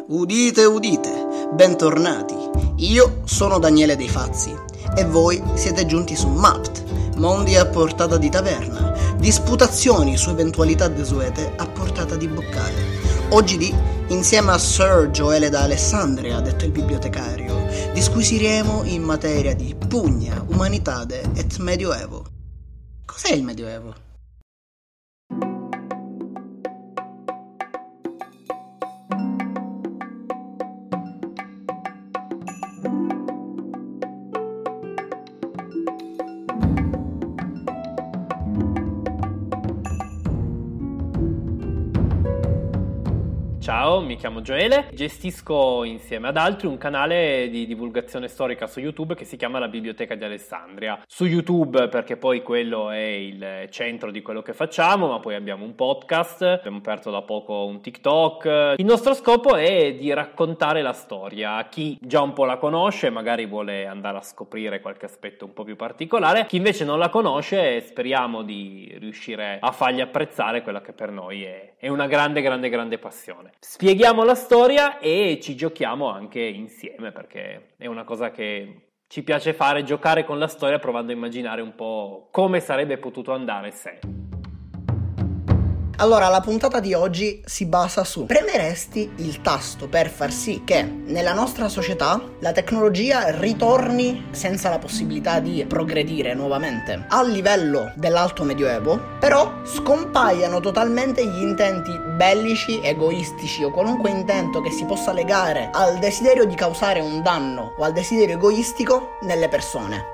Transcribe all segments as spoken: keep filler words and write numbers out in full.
Udite, udite, bentornati. Io sono Daniele Dei Fazzi e voi siete giunti su Mapt, mondi a portata di taverna, disputazioni su eventualità desuete a portata di boccale. Oggi di, insieme a Sir Gioele da Alessandria, detto il bibliotecario, disquisiremo in materia di pugna, umanitade et medioevo. Cos'è il medioevo? Ciao, mi chiamo Gioele, gestisco insieme ad altri un canale di divulgazione storica su YouTube che si chiama La Biblioteca di Alessandria. Su YouTube perché poi quello è il centro di quello che facciamo, ma poi abbiamo un podcast, abbiamo aperto da poco un TikTok. Il nostro scopo è di raccontare la storia a chi già un po' la conosce, magari vuole andare a scoprire qualche aspetto un po' più particolare. Chi invece non la conosce, speriamo di riuscire a fargli apprezzare quella che per noi è, è una grande, grande, grande passione. Spieghiamo la storia e ci giochiamo anche insieme, perché è una cosa che ci piace fare, giocare con la storia provando a immaginare un po' come sarebbe potuto andare se. Allora, la puntata di oggi si basa su: premeresti il tasto per far sì che nella nostra società la tecnologia ritorni senza la possibilità di progredire nuovamente al livello dell'alto medioevo, però scompaiano totalmente gli intenti bellici, egoistici o qualunque intento che si possa legare al desiderio di causare un danno o al desiderio egoistico nelle persone.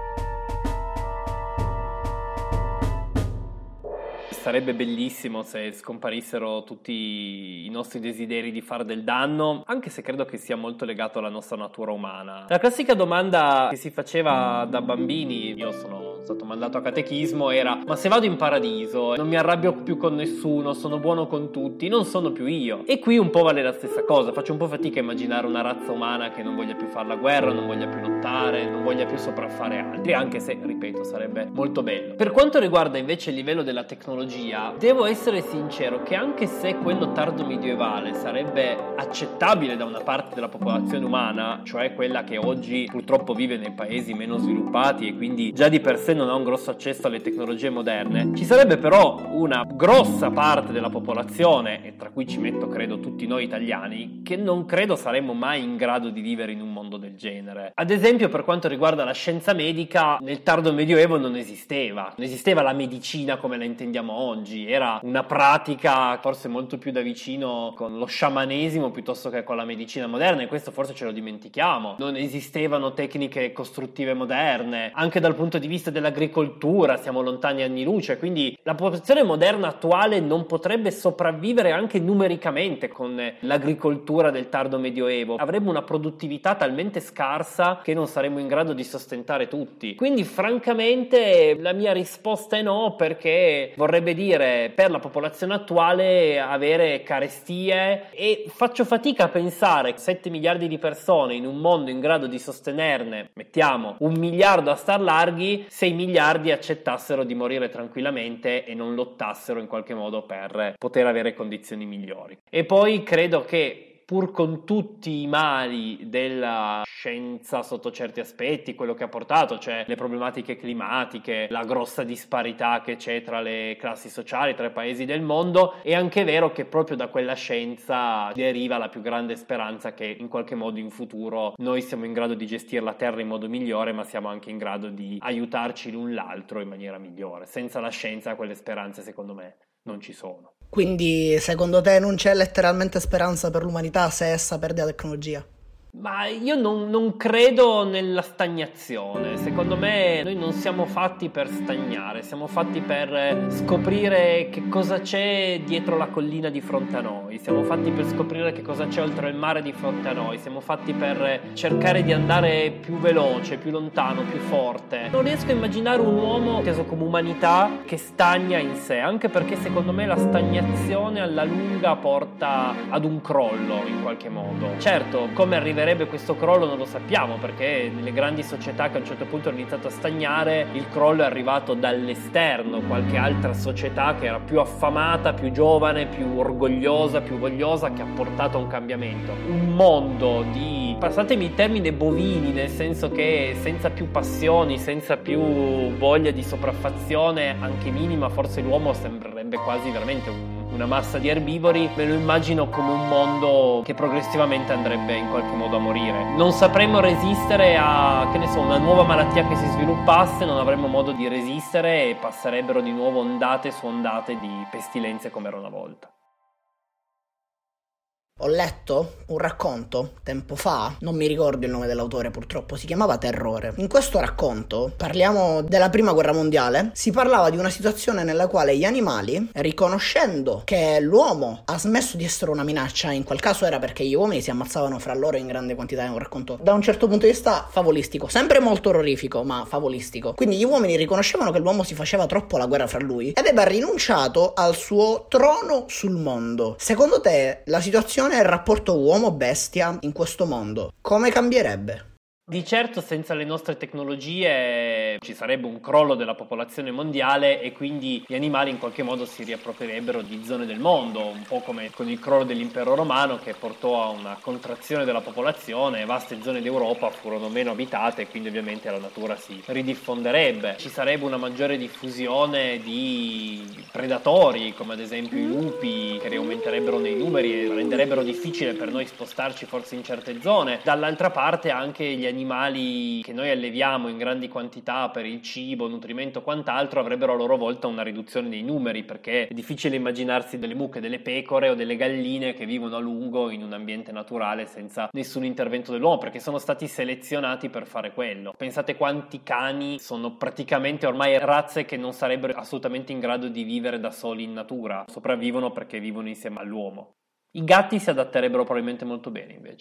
Sarebbe bellissimo se scomparissero tutti i nostri desideri di fare del danno, anche se credo che sia molto legato alla nostra natura umana. La classica domanda che si faceva da bambini, io sono stato mandato a catechismo, era: ma se vado in paradiso, non mi arrabbio più con nessuno, sono buono con tutti, non sono più io? E qui un po' vale la stessa cosa, faccio un po' fatica a immaginare una razza umana che non voglia più fare la guerra, non voglia più lottare, non voglia più sopraffare altri, anche se, ripeto, sarebbe molto bello. Per quanto riguarda invece il livello della tecnologia, devo essere sincero che anche se quello tardo medievale sarebbe accettabile da una parte della popolazione umana, cioè quella che oggi purtroppo vive nei paesi meno sviluppati e quindi già di per sé non ha un grosso accesso alle tecnologie moderne, ci sarebbe però una grossa parte della popolazione, e tra cui ci metto credo tutti noi italiani, che non credo saremmo mai in grado di vivere in un mondo del genere. Ad esempio, per quanto riguarda la scienza medica, nel tardo medioevo non esisteva non esisteva la medicina come la intendiamo oggi, era una pratica forse molto più da vicino con lo sciamanesimo piuttosto che con la medicina moderna, e questo forse ce lo dimentichiamo. Non esistevano tecniche costruttive moderne, anche dal punto di vista dell'agricoltura siamo lontani anni luce, quindi la popolazione moderna attuale non potrebbe sopravvivere anche numericamente con l'agricoltura del tardo medioevo, avremmo una produttività talmente scarsa che non saremmo in grado di sostentare tutti. Quindi francamente la mia risposta è no, perché vorrebbe dire per la popolazione attuale avere carestie, e faccio fatica a pensare sette miliardi di persone in un mondo in grado di sostenerne, mettiamo, un miliardo a star larghi, sei miliardi accettassero di morire tranquillamente e non lottassero in qualche modo per poter avere condizioni migliori. E poi credo che pur con tutti i mali della scienza sotto certi aspetti, quello che ha portato, cioè le problematiche climatiche, la grossa disparità che c'è tra le classi sociali, tra i paesi del mondo, è anche vero che proprio da quella scienza deriva la più grande speranza che in qualche modo in futuro noi siamo in grado di gestire la Terra in modo migliore, ma siamo anche in grado di aiutarci l'un l'altro in maniera migliore. Senza la scienza quelle speranze secondo me non ci sono. Quindi, secondo te, non c'è letteralmente speranza per l'umanità se essa perde la tecnologia? Ma io non, non credo nella stagnazione. Secondo me noi non siamo fatti per stagnare, siamo fatti per scoprire che cosa c'è dietro la collina di fronte a noi, siamo fatti per scoprire che cosa c'è oltre il mare di fronte a noi, siamo fatti per cercare di andare più veloce, più lontano, più forte. Non riesco a immaginare un uomo inteso come umanità che stagna in sé, anche perché secondo me la stagnazione alla lunga porta ad un crollo in qualche modo. Certo, come arriveremo spiegherebbe questo crollo non lo sappiamo, perché nelle grandi società che a un certo punto hanno iniziato a stagnare, il crollo è arrivato dall'esterno, qualche altra società che era più affamata, più giovane, più orgogliosa, più vogliosa, che ha portato a un cambiamento. Un mondo di, passatemi il termine, bovini, nel senso che senza più passioni, senza più voglia di sopraffazione anche minima, forse l'uomo sembrerebbe quasi veramente un una massa di erbivori. Me lo immagino come un mondo che progressivamente andrebbe in qualche modo a morire. Non sapremmo resistere a, che ne so, una nuova malattia che si sviluppasse, non avremmo modo di resistere e passerebbero di nuovo ondate su ondate di pestilenze come era una volta. Ho letto un racconto tempo fa, non mi ricordo il nome dell'autore purtroppo, si chiamava Terrore. In questo racconto, parliamo della prima guerra mondiale, si parlava di una situazione nella quale gli animali, riconoscendo che l'uomo ha smesso di essere una minaccia, in quel caso era perché gli uomini si ammazzavano fra loro in grande quantità, è un racconto da un certo punto di vista favolistico, sempre molto orrorifico ma favolistico. Quindi gli uomini riconoscevano che l'uomo si faceva troppo la guerra fra lui e aveva rinunciato al suo trono sul mondo. Secondo te la situazione il rapporto uomo-bestia in questo mondo come cambierebbe? Di certo senza le nostre tecnologie ci sarebbe un crollo della popolazione mondiale e quindi gli animali in qualche modo si riapproprierebbero di zone del mondo, un po' come con il crollo dell'impero romano che portò a una contrazione della popolazione e vaste zone d'Europa furono meno abitate e quindi ovviamente la natura si ridiffonderebbe. Ci sarebbe una maggiore diffusione di predatori come ad esempio i lupi che riaumenterebbero nei numeri e renderebbero difficile per noi spostarci forse in certe zone. Dall'altra parte anche gli animali animali che noi alleviamo in grandi quantità per il cibo, nutrimento, quant'altro avrebbero a loro volta una riduzione dei numeri, perché è difficile immaginarsi delle mucche, delle pecore o delle galline che vivono a lungo in un ambiente naturale senza nessun intervento dell'uomo, perché sono stati selezionati per fare quello. Pensate quanti cani sono praticamente ormai razze che non sarebbero assolutamente in grado di vivere da soli in natura, sopravvivono perché vivono insieme all'uomo. I gatti si adatterebbero probabilmente molto bene invece.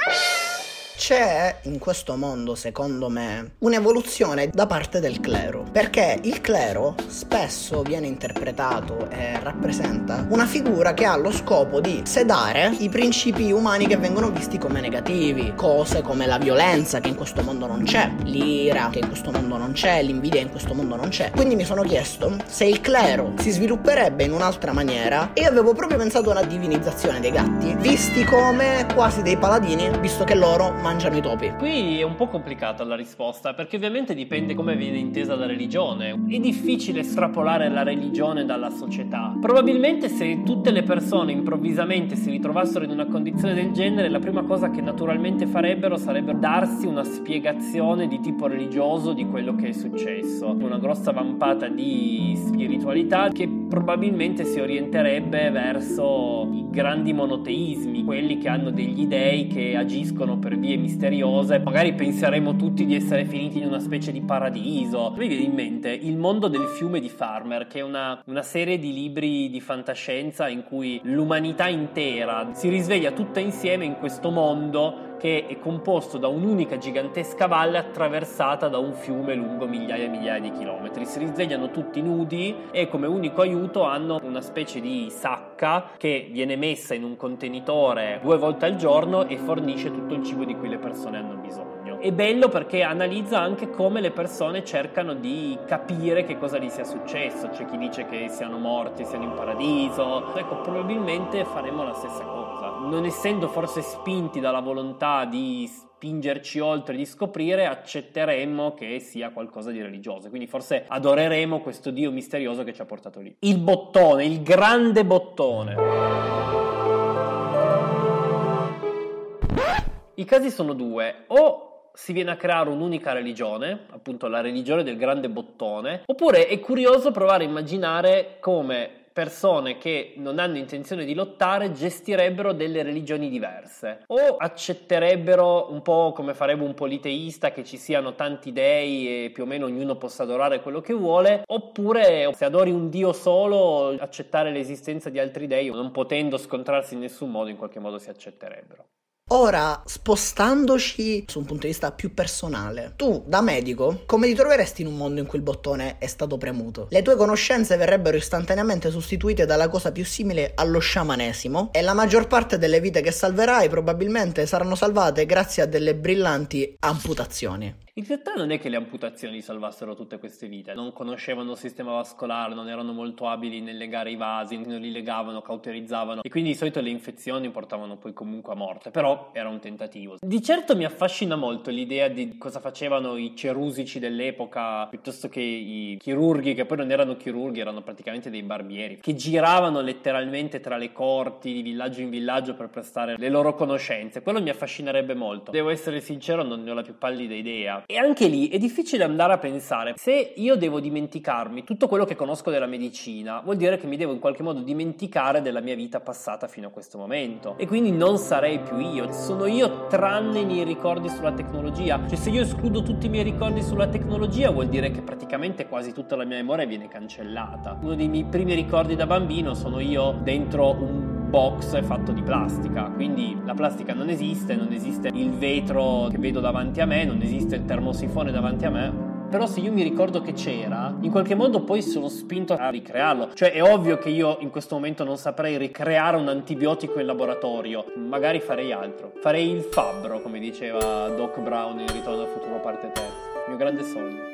C'è in questo mondo, secondo me, un'evoluzione da parte del clero, perché il clero spesso viene interpretato e rappresenta una figura che ha lo scopo di sedare i principi umani che vengono visti come negativi, cose come la violenza che in questo mondo non c'è, l'ira che in questo mondo non c'è, l'invidia che in questo mondo non c'è. Quindi mi sono chiesto se il clero si svilupperebbe in un'altra maniera e io avevo proprio pensato a una divinizzazione dei gatti, visti come quasi dei paladini, visto che loro mangiano i topi. Qui è un po' complicata la risposta, perché ovviamente dipende come viene intesa la religione. È difficile estrapolare la religione dalla società. Probabilmente se tutte le persone improvvisamente si ritrovassero in una condizione del genere, la prima cosa che naturalmente farebbero sarebbe darsi una spiegazione di tipo religioso di quello che è successo. Una grossa vampata di spiritualità che probabilmente si orienterebbe verso i grandi monoteismi, quelli che hanno degli dei che agiscono per vie misteriose. Magari penseremo tutti di essere finiti in una specie di paradiso. Mi viene in mente Il mondo del fiume di Farmer, che è una, una serie di libri di fantascienza in cui l'umanità intera si risveglia tutta insieme in questo mondo che è composto da un'unica gigantesca valle attraversata da un fiume lungo migliaia e migliaia di chilometri. Si risvegliano tutti nudi e come unico aiuto hanno una specie di sacca che viene messa in un contenitore due volte al giorno e fornisce tutto il cibo di cui le persone hanno bisogno. È bello perché analizza anche come le persone cercano di capire che cosa gli sia successo. C'è chi dice che siano morti, siano in paradiso. Ecco, probabilmente faremo la stessa cosa. Non essendo forse spinti dalla volontà di spingerci oltre, di scoprire, accetteremmo che sia qualcosa di religioso. Quindi forse adoreremo questo Dio misterioso che ci ha portato lì. Il bottone, il grande bottone. I casi sono due: o si viene a creare un'unica religione, appunto la religione del grande bottone, oppure è curioso provare a immaginare come persone che non hanno intenzione di lottare gestirebbero delle religioni diverse, o accetterebbero un po' come farebbe un politeista che ci siano tanti dei e più o meno ognuno possa adorare quello che vuole, oppure se adori un dio solo accettare l'esistenza di altri dei, non potendo scontrarsi in nessun modo, in qualche modo si accetterebbero. Ora, spostandoci su un punto di vista più personale, tu da medico come ti troveresti in un mondo in cui il bottone è stato premuto? Le tue conoscenze verrebbero istantaneamente sostituite dalla cosa più simile allo sciamanesimo e la maggior parte delle vite che salverai probabilmente saranno salvate grazie a delle brillanti amputazioni. In realtà non è che le amputazioni salvassero tutte queste vite, non conoscevano il sistema vascolare, non erano molto abili nel legare i vasi, non li legavano, cauterizzavano e quindi di solito le infezioni portavano poi comunque a morte, però era un tentativo. Di certo mi affascina molto l'idea di cosa facevano i cerusici dell'epoca piuttosto che i chirurghi, che poi non erano chirurghi, erano praticamente dei barbieri, che giravano letteralmente tra le corti di villaggio in villaggio per prestare le loro conoscenze. Quello mi affascinerebbe molto. Devo essere sincero, non ne ho la più pallida idea. E anche lì è difficile andare a pensare, se io devo dimenticarmi tutto quello che conosco della medicina, vuol dire che mi devo in qualche modo dimenticare della mia vita passata fino a questo momento e quindi non sarei più io, sono io tranne i miei ricordi sulla tecnologia. Cioè, se io escludo tutti i miei ricordi sulla tecnologia vuol dire che praticamente quasi tutta la mia memoria viene cancellata. Uno dei miei primi ricordi da bambino sono io dentro un box fatto di plastica, quindi la plastica non esiste, non esiste il vetro che vedo davanti a me, non esiste il termosifone davanti a me. Però se io mi ricordo che c'era, in qualche modo poi sono spinto a ricrearlo. Cioè è ovvio che io in questo momento non saprei ricreare un antibiotico in laboratorio, magari farei altro, farei il fabbro, come diceva Doc Brown in Ritorno al futuro parte terza, il mio grande sogno.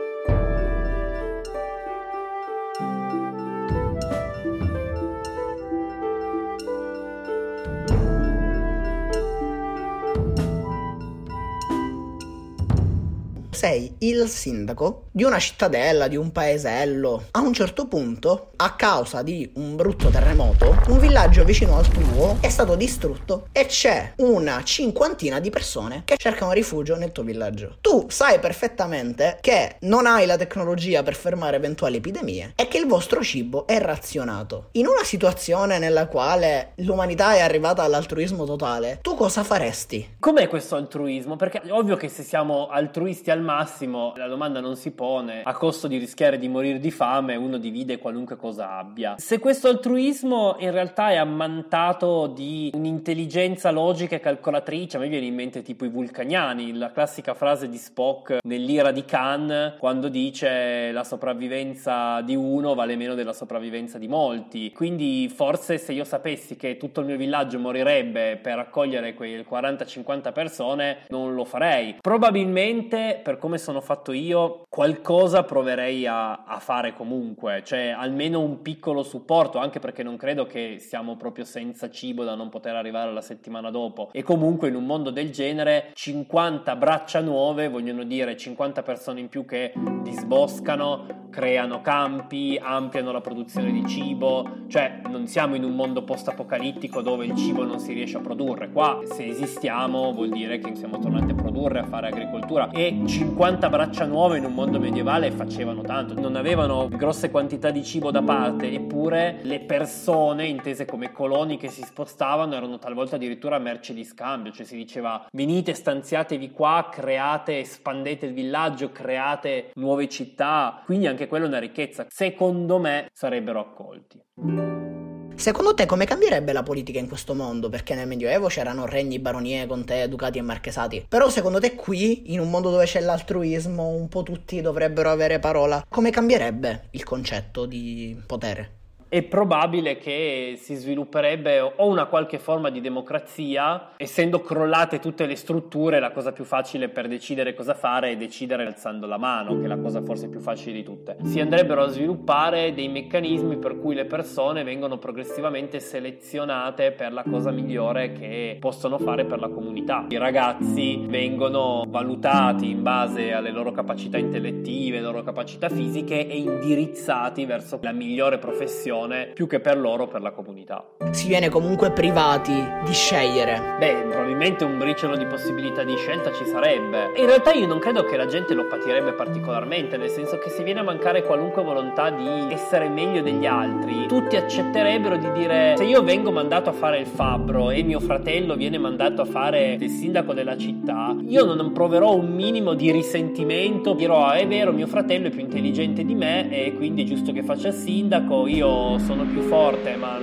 Sei il sindaco di una cittadella, di un paesello. A un certo punto, a causa di un brutto terremoto, un villaggio vicino al tuo è stato distrutto e c'è una cinquantina di persone che cercano rifugio nel tuo villaggio. Tu sai perfettamente che non hai la tecnologia per fermare eventuali epidemie e che il vostro cibo è razionato. In una situazione nella quale l'umanità è arrivata all'altruismo totale, tu cosa faresti? Com'è questo altruismo? Perché è ovvio che se siamo altruisti al massimo, la domanda non si pone, a costo di rischiare di morire di fame uno divide qualunque cosa abbia. Se questo altruismo in realtà è ammantato di un'intelligenza logica e calcolatrice, a me viene in mente tipo i vulcaniani, la classica frase di Spock nell'Ira di Khan quando dice la sopravvivenza di uno vale meno della sopravvivenza di molti. Quindi forse se io sapessi che tutto il mio villaggio morirebbe per accogliere quei quaranta cinquanta persone non lo farei. Probabilmente per come sono fatto io qualcosa proverei a, a fare comunque, cioè almeno un piccolo supporto, anche perché non credo che siamo proprio senza cibo da non poter arrivare alla settimana dopo e comunque in un mondo del genere cinquanta braccia nuove vogliono dire cinquanta persone in più che disboscano, creano campi, ampliano la produzione di cibo, cioè non siamo in un mondo post-apocalittico dove il cibo non si riesce a produrre. Qua se esistiamo vuol dire che siamo tornati a produrre, a fare agricoltura e cinquanta braccia nuove in un mondo medievale facevano tanto, non avevano grosse quantità di cibo da parte, eppure le persone intese come coloni che si spostavano erano talvolta addirittura merci di scambio, cioè si diceva venite, stanziatevi qua, create, espandete il villaggio, create nuove città, quindi anche quella è una ricchezza. Secondo me sarebbero accolti. Secondo te come cambierebbe la politica in questo mondo? Perché nel Medioevo c'erano regni, baronie, contee, ducati e marchesati. Però secondo te qui, in un mondo dove c'è l'altruismo, un po' tutti dovrebbero avere parola, come cambierebbe il concetto di potere? È probabile che si svilupperebbe o una qualche forma di democrazia, essendo crollate tutte le strutture, la cosa più facile per decidere cosa fare è decidere alzando la mano, che è la cosa forse più facile di tutte. Si andrebbero a sviluppare dei meccanismi per cui le persone vengono progressivamente selezionate per la cosa migliore che possono fare per la comunità. I ragazzi vengono valutati in base alle loro capacità intellettive, alle loro capacità fisiche e indirizzati verso la migliore professione più che per loro, per la comunità. Si viene comunque privati di scegliere. Beh, probabilmente un briciolo di possibilità di scelta ci sarebbe. In realtà io non credo che la gente lo patirebbe particolarmente, nel senso che se viene a mancare qualunque volontà di essere meglio degli altri, tutti accetterebbero di dire: se io vengo mandato a fare il fabbro e mio fratello viene mandato a fare il sindaco della città, io non proverò un minimo di risentimento, dirò: è vero, mio fratello è più intelligente di me e quindi è giusto che faccia il sindaco, io sono più forte ma non, non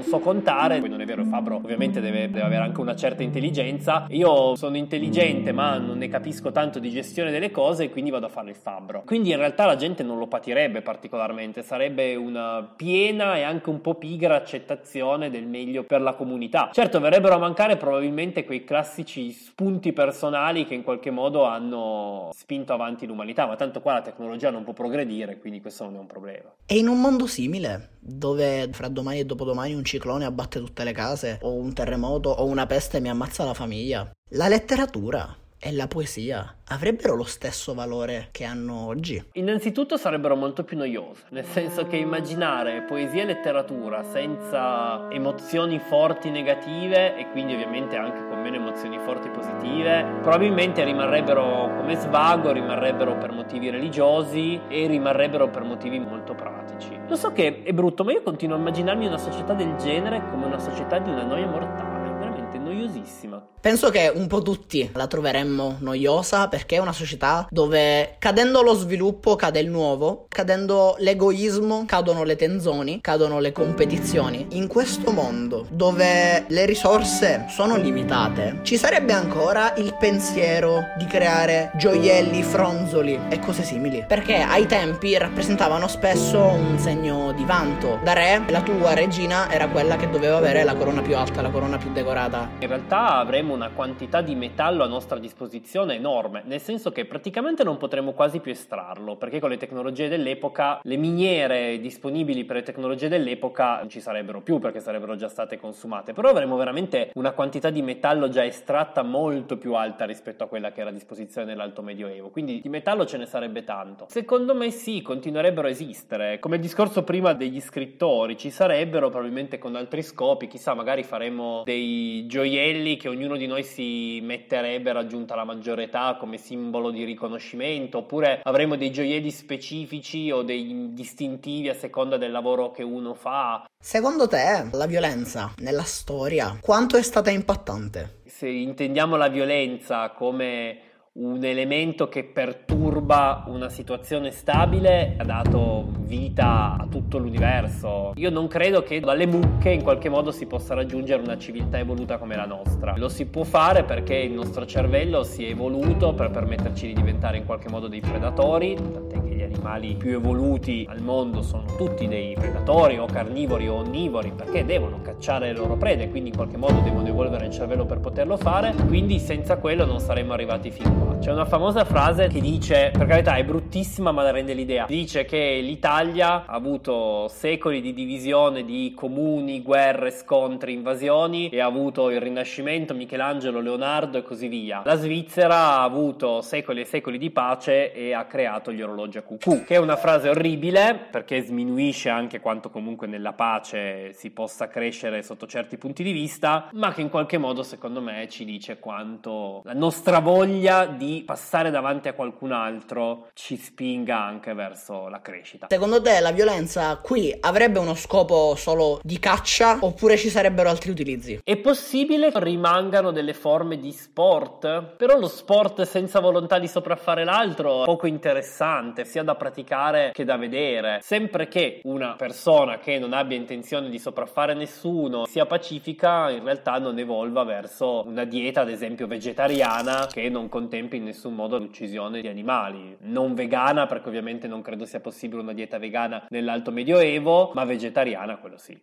non so contare. Poi non è vero, il fabbro ovviamente deve, deve avere anche una certa intelligenza. Io sono intelligente ma non ne capisco tanto di gestione delle cose e quindi vado a fare il fabbro. Quindi in realtà la gente non lo patirebbe particolarmente, sarebbe una piena e anche un po' pigra accettazione del meglio per la comunità. Certo, verrebbero a mancare probabilmente quei classici spunti personali che in qualche modo hanno spinto avanti l'umanità, ma tanto qua la tecnologia non può progredire, quindi questo non è un problema. E in un mondo simile, dove fra domani e dopodomani un ciclone abbatte tutte le case, o un terremoto o una peste mi ammazza la famiglia, la letteratura e la poesia avrebbero lo stesso valore che hanno oggi? Innanzitutto sarebbero molto più noiose, nel senso che immaginare poesia e letteratura senza emozioni forti negative e quindi ovviamente anche con meno emozioni forti positive probabilmente rimarrebbero come svago, rimarrebbero per motivi religiosi e rimarrebbero per motivi molto pratici. Lo so che è brutto, ma io continuo a immaginarmi una società del genere come una società di una noia mortale, veramente noiosissima. Penso che un po' tutti la troveremmo noiosa, perché è una società dove cadendo lo sviluppo cade il nuovo, cadendo l'egoismo cadono le tenzoni, cadono le competizioni. In questo mondo dove le risorse sono limitate, ci sarebbe ancora il pensiero di creare gioielli, fronzoli e cose simili, perché ai tempi rappresentavano spesso un segno di vanto. Da re, la tua regina era quella che doveva avere la corona più alta, la corona più decorata. In realtà avremo una quantità di metallo a nostra disposizione enorme, nel senso che praticamente non potremo quasi più estrarlo, perché con le tecnologie dell'epoca, le miniere disponibili per le tecnologie dell'epoca non ci sarebbero più perché sarebbero già state consumate, però avremo veramente una quantità di metallo già estratta molto più alta rispetto a quella che era a disposizione nell'Alto Medioevo, quindi di metallo ce ne sarebbe tanto. Secondo me sì, continuerebbero a esistere, come il discorso prima degli scrittori, ci sarebbero probabilmente con altri scopi, chissà, magari faremo dei gioielli che ognuno di noi si metterebbe raggiunta la maggiore età come simbolo di riconoscimento, oppure avremo dei gioielli specifici o dei distintivi a seconda del lavoro che uno fa. Secondo te la violenza nella storia quanto è stata impattante? Se intendiamo la violenza come un elemento che perturba una situazione stabile, ha dato vita a tutto l'universo. Io non credo che dalle mucche in qualche modo si possa raggiungere una civiltà evoluta come la nostra. Lo si può fare perché il nostro cervello si è evoluto per permetterci di diventare in qualche modo dei predatori, tant'è che gli animali più evoluti al mondo sono tutti dei predatori o carnivori o onnivori, perché devono cacciare le loro prede, quindi in qualche modo devono evolvere il cervello per poterlo fare, quindi senza quello non saremmo arrivati fin qua. C'è una famosa frase che dice, per carità è bruttissima ma rende l'idea, dice che l'Italia ha avuto secoli di divisione, di comuni, guerre, scontri, invasioni, e ha avuto il Rinascimento, Michelangelo, Leonardo e così via. La Svizzera ha avuto secoli e secoli di pace e ha creato gli orologi a cucù, che è una frase orribile perché sminuisce anche quanto comunque nella pace si possa crescere sotto certi punti di vista, ma che in qualche modo secondo me ci dice quanto la nostra voglia di passare davanti a qualcun altro ci spinga anche verso la crescita. Secondo te la violenza qui avrebbe uno scopo solo di caccia oppure ci sarebbero altri utilizzi? È possibile che rimangano delle forme di sport, però lo sport senza volontà di sopraffare l'altro è poco interessante, sia da praticare che da vedere. Sempre che una persona che non abbia intenzione di sopraffare nessuno sia pacifica, in realtà non evolva verso una dieta ad esempio vegetariana che non contempli in nessun modo l'uccisione di animali. Non vegana, perché ovviamente non credo sia possibile una dieta vegana nell'Alto Medioevo, ma vegetariana quello sì.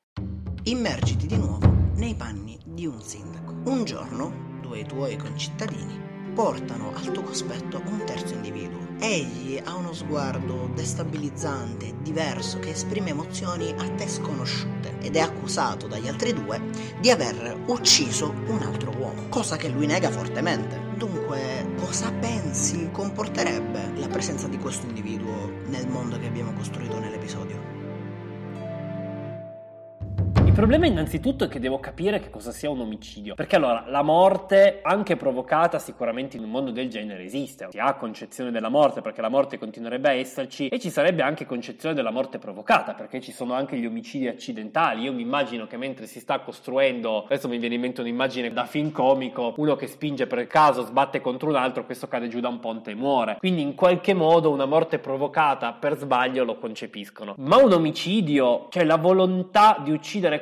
Immergiti di nuovo nei panni di un sindaco. Un giorno due tuoi concittadini portano al tuo cospetto un terzo individuo. Egli ha uno sguardo destabilizzante, diverso, che esprime emozioni a te sconosciute ed è accusato dagli altri due di aver ucciso un altro uomo, cosa che lui nega fortemente. Dunque, cosa pensi comporterebbe la presenza di questo individuo nel mondo che abbiamo costruito nell'episodio? Il problema innanzitutto è che devo capire che cosa sia un omicidio, perché allora la morte anche provocata sicuramente in un mondo del genere esiste, si ha concezione della morte perché la morte continuerebbe a esserci, e ci sarebbe anche concezione della morte provocata perché ci sono anche gli omicidi accidentali. Io mi immagino che mentre si sta costruendo, adesso mi viene in mente un'immagine da film comico, uno che spinge per caso, sbatte contro un altro, questo cade giù da un ponte e muore, quindi in qualche modo una morte provocata per sbaglio lo concepiscono, ma un omicidio, cioè la volontà di uccidere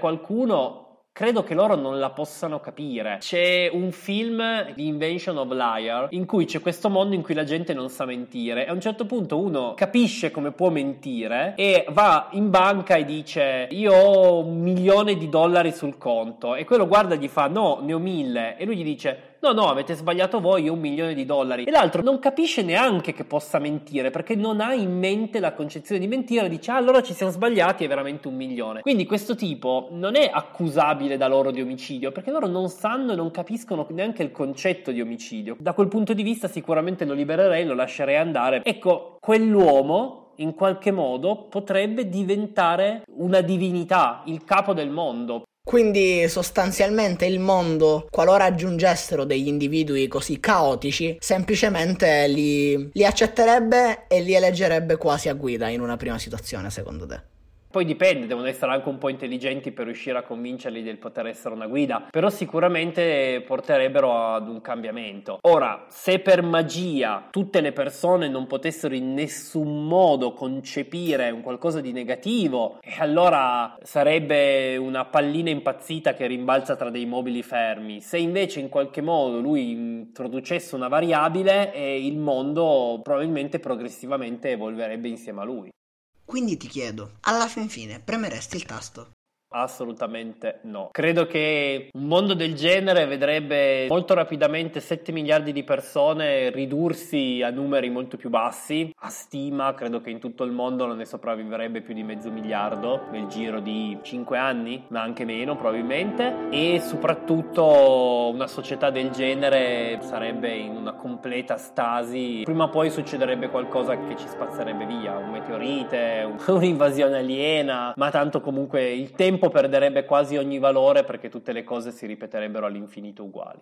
qualcuno, credo che loro non la possano capire. C'è un film, The Invention of Liar, in cui c'è questo mondo in cui la gente non sa mentire e a un certo punto uno capisce come può mentire e va in banca e dice io ho un milione di dollari sul conto, e quello guarda e gli fa no, ne ho mille, e lui gli dice no no, avete sbagliato voi, io ho un milione di dollari, e l'altro non capisce neanche che possa mentire perché non ha in mente la concezione di mentire, dice ah, allora ci siamo sbagliati, è veramente un milione. Quindi questo tipo non è accusabile da loro di omicidio perché loro non sanno e non capiscono neanche il concetto di omicidio. Da quel punto di vista sicuramente lo libererei, lo lascerei andare. Ecco, quell'uomo in qualche modo potrebbe diventare una divinità, il capo del mondo. Quindi sostanzialmente il mondo, qualora aggiungessero degli individui così caotici, semplicemente li, li accetterebbe e li eleggerebbe quasi a guida in una prima situazione, secondo te? Poi dipende, devono essere anche un po' intelligenti per riuscire a convincerli del poter essere una guida, però sicuramente porterebbero ad un cambiamento. Ora, se per magia tutte le persone non potessero in nessun modo concepire un qualcosa di negativo, e allora sarebbe una pallina impazzita che rimbalza tra dei mobili fermi. Se invece in qualche modo lui introducesse una variabile, e il mondo probabilmente progressivamente evolverebbe insieme a lui. Quindi ti chiedo, alla fin fine premeresti il tasto? Assolutamente no. Credo che un mondo del genere vedrebbe molto rapidamente sette miliardi di persone ridursi a numeri molto più bassi. A stima credo che in tutto il mondo non ne sopravviverebbe più di mezzo miliardo nel giro di cinque anni, ma anche meno probabilmente, e soprattutto una società del genere sarebbe in una completa stasi. Prima o poi succederebbe qualcosa che ci spazzerebbe via, un meteorite, un'invasione aliena, ma tanto comunque il tempo perderebbe quasi ogni valore perché tutte le cose si ripeterebbero all'infinito uguali.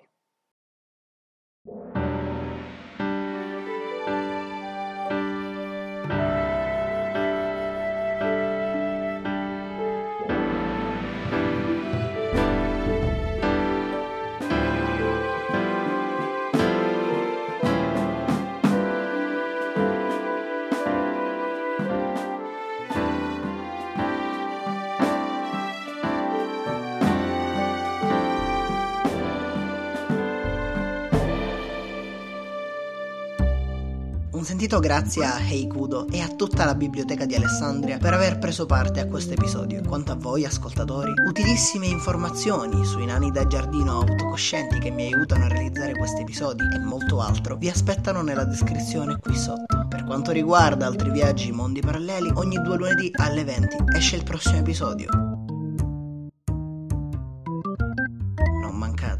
Un sentito grazie a Heikudo e a tutta la biblioteca di Alessandria per aver preso parte a questo episodio. Quanto a voi ascoltatori, utilissime informazioni sui nani da giardino autocoscienti che mi aiutano a realizzare questi episodi e molto altro vi aspettano nella descrizione qui sotto. Per quanto riguarda altri viaggi in mondi paralleli, ogni due lunedì alle venti esce il prossimo episodio. Non mancate.